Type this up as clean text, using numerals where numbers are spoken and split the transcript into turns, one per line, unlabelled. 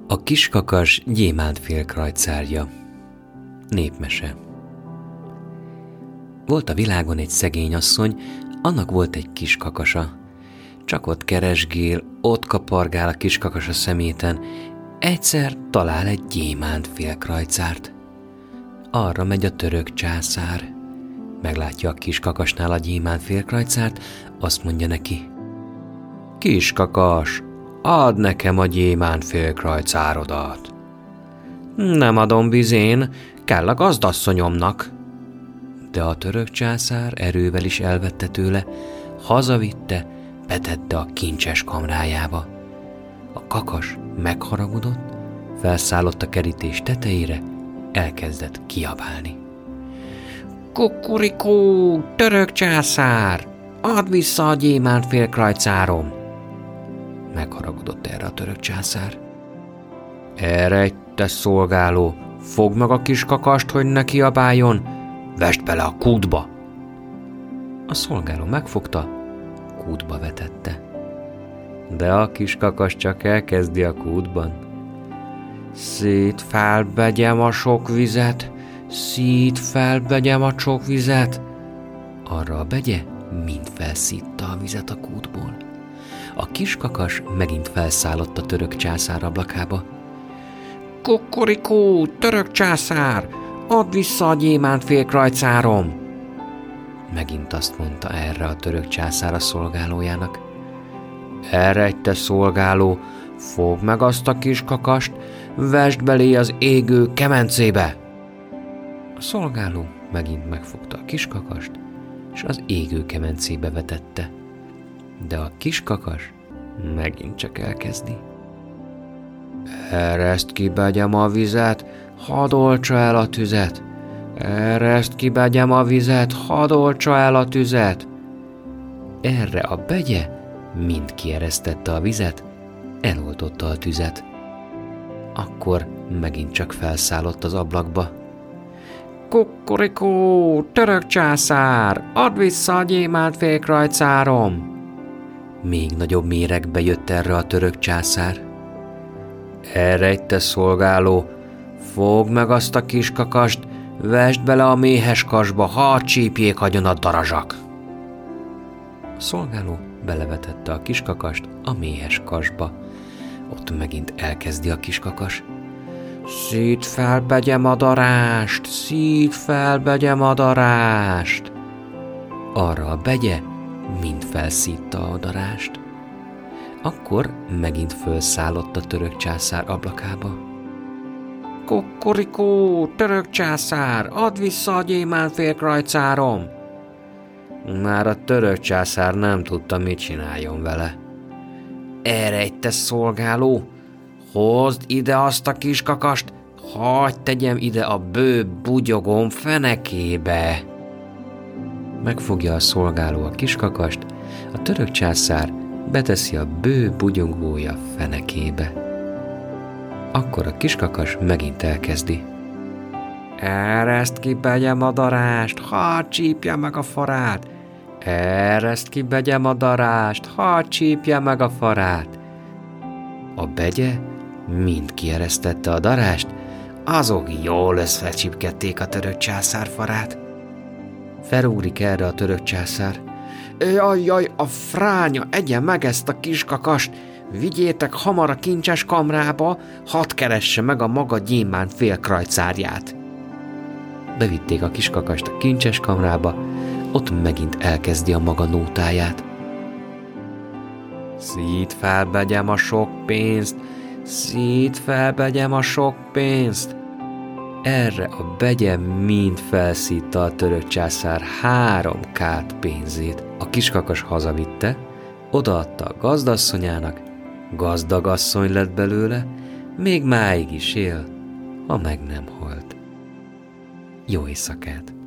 A kiskakas gyémántfélkrajcárja. Népmese. Volt a világon egy szegény asszony, annak volt egy kiskakasa. Csak ott keresgél, ott kapargál a kiskakas a szeméten, egyszer talál egy gyémántfélkrajcárt. Arra megy a török császár. Meglátja a kiskakasnál a gyémántfélkrajcárt, azt mondja neki: Kiskakas, add nekem a gyémántfélkrajcárodat. Nem adom bizén, kell a gazdasszonyomnak. De a török császár erővel is elvette tőle, hazavitte, betette a kincses kamrájába. A kakas megharagudott, felszállott a kerítés tetejére, elkezdett kiabálni. Kukurikó, török császár, add vissza a gyémántfélkrajcárom! Megharagudott erre a török császár. Eredj, te szolgáló, fogd meg a kiskakast, hogy ne kiabáljon, vesd bele a kútba! A szolgáló megfogta, kútba vetette. De a kiskakas csak elkezdi a kútban. Szít felbegyem a sok vizet, szít felbegyem a sok vizet. Arra a begye mind felszítta a vizet a kútból. A kiskakas megint felszállott a török császár ablakába. Kukurikó, török császár, add vissza a gyémántfélkrajcárom! Megint azt mondta erre a török császár a szolgálójának. Eredj, te szolgáló, fogd meg azt a kiskakast, vesd belé az égő kemencébe! A szolgáló megint megfogta a kiskakast, és az égő kemencébe vetette. De a kiskakas megint csak elkezdi. Ereszt ki, begyem a vizet, hadd oltsa el a tüzet! Ereszt ki, begyem a vizet, hadd oltsa el a tüzet! Erre a begye mind kieresztette a vizet, eloltotta a tüzet. Akkor megint csak felszállott az ablakba. Kukurikó, török császár, add vissza a gyémántfélkrajcárom! Még nagyobb méregbe jött erre a török császár. Eredj, te szolgáló, fogd meg azt a kiskakast, vesd bele a méhes kasba, hadd csípjék agyon a darazsak! A szolgáló belevetette a kiskakast a méhes kasba. Ott megint elkezdi a kiskakas. Szíd fel, begyem a darást, szíd fel, begyem a darást! Arra a begye mind felszítta a darást. Akkor megint felszállott a török császár ablakába. Kukurikó, török császár, add vissza a gyémántfélkrajcárom! Már a török császár nem tudta, mit csináljon vele. Eredj, te szolgáló, hozd ide azt a kiskakast, hadd tegyem ide a bő bugyogom fenekébe! Megfogja a szolgáló a kiskakast, a török császár beteszi a bő bugyogója fenekébe. Akkor a kiskakas megint elkezdi. Ereszt ki, begyem a darást, hadd csípje meg a farát! Ereszt ki, begyem a darást, hadd csípje meg a farát! A begye mind kieresztette a darást, azok jól összecsipkedték a török császár farát. Felugrik erre a török császár. Jaj, a fránya, egye meg ezt a kiskakast, vigyétek hamar a kincses kamrába, hadd keresse meg a maga gyémántfélkrajcárját. Bevitték a kiskakast a kincses kamrába, ott megint elkezdi a maga nótáját. Szíd fel, begyem a sok pénzt, szíd fel, begyem a sok pénzt! Erre a begye mind felszítta a török császár 3 kát pénzét. A kiskakas hazavitte, odaadta a gazdasszonyának, gazdag asszony lett belőle, még máig is él, ha meg nem halt. Jó éjszakát!